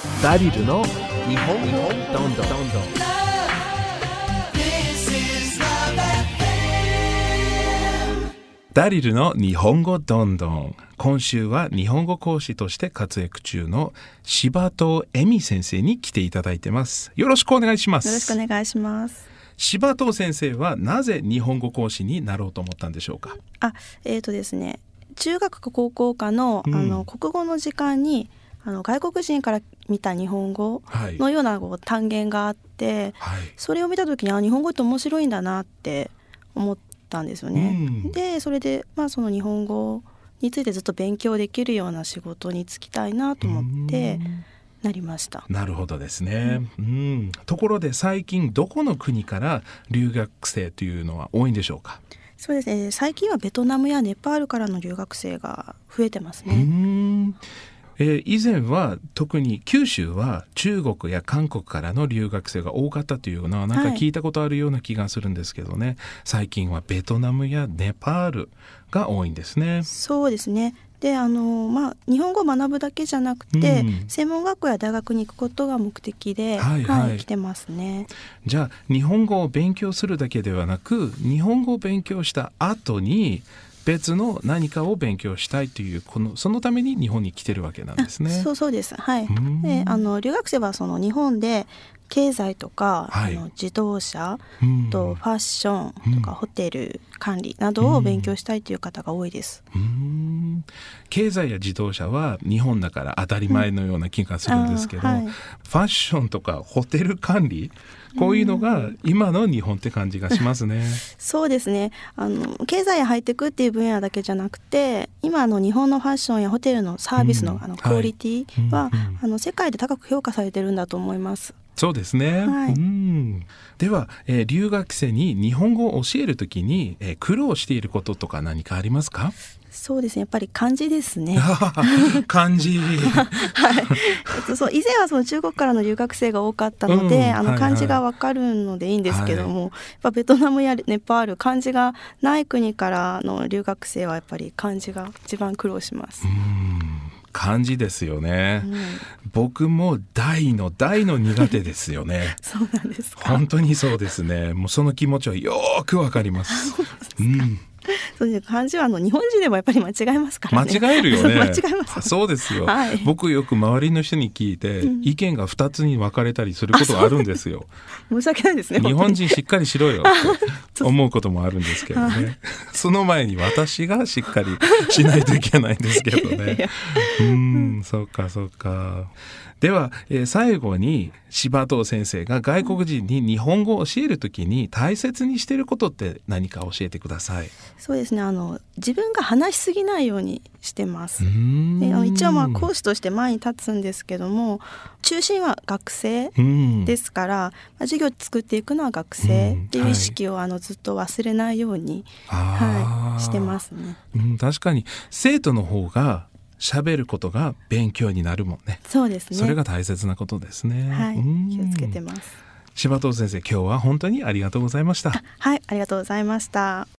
ダリルの日本語どんどんダリルの日本語どんどん。今週は日本語講師として活躍中の柴藤恵美先生に来ていただいてます。よろしくお願いします。 よろしくお願いします。 柴藤先生はなぜ日本語講師になろうと思ったんでしょうか？ ですね、中学か高校科の、国語の時間に外国人から見た日本語のような単元があって、それを見た時に日本語って面白いんだなって思ったんですよね。でそれで、その日本語についてずっと勉強できるような仕事に就きたいなと思ってなりました。 なるほどですね。ところで最近どこの国から留学生というのは多いんでしょうか？ そうですね、最近はベトナムやネパールからの留学生が増えてますね。 以前は特に九州は中国や韓国からの留学生が多かったというのはなんか聞いたことあるような気がするんですけどね、最近はベトナムやネパールが多いんですね。 そうですね。で日本語を学ぶだけじゃなくて、専門学校や大学に行くことが目的で、来てますね。 じゃあ日本語を勉強するだけではなく、日本語を勉強した後に別の何かを勉強したいというそのために日本に来てるわけなんですね。 そうです。で留学生はその日本で経済とか、自動車とファッションとか、ホテル管理などを勉強したいという方が多いです。 経済や自動車は日本だから当たり前のような気がするんですけど、ファッションとかホテル管理、こういうのが今の日本って感じがしますね。 そうですね。経済やハイテクっていう分野だけじゃなくて、今日本のファッションやホテルのサービスの、クオリティは、世界で高く評価されてるんだと思います。 そうですね。では、留学生に日本語を教えるときに、苦労していることとか何かありますか？ そうですね、やっぱり漢字ですね。 漢字。 以前はその中国からの留学生が多かったので、漢字がわかるのでいいんですけども、やっぱベトナムやネパール、漢字がない国からの留学生はやっぱり漢字が一番苦労します。 漢字ですよね。僕も大の苦手ですよね。 そうなんですか？ 本当にそうですね。もうその気持ちはよくわかります。 そうです。漢字は日本人でもやっぱり間違えますからね。 間違えるよね。 間違えます。 そうですよ。僕よく周りの人に聞いて、意見が2つに分かれたりすることがあるんですよ。 申し訳ないですね。 日本人しっかりしろよって思うこともあるんですけどね。その前に私がしっかりしないといけないんですけどね。そうか。では、最後に柴藤先生が外国人に日本語を教えるときに大切にしていることって何か教えてください。 そうですね、自分が話しすぎないようにしてます。一応講師として前に立つんですけども、中心は学生ですから、授業を作っていくのは学生っていう意識をずっと忘れないように、してますね。 確かに生徒の方が喋ることが勉強になるもんね。 そうですね。 それが大切なことですね。 気をつけてます。 柴藤先生、今日は本当にありがとうございました。 ありがとうございました。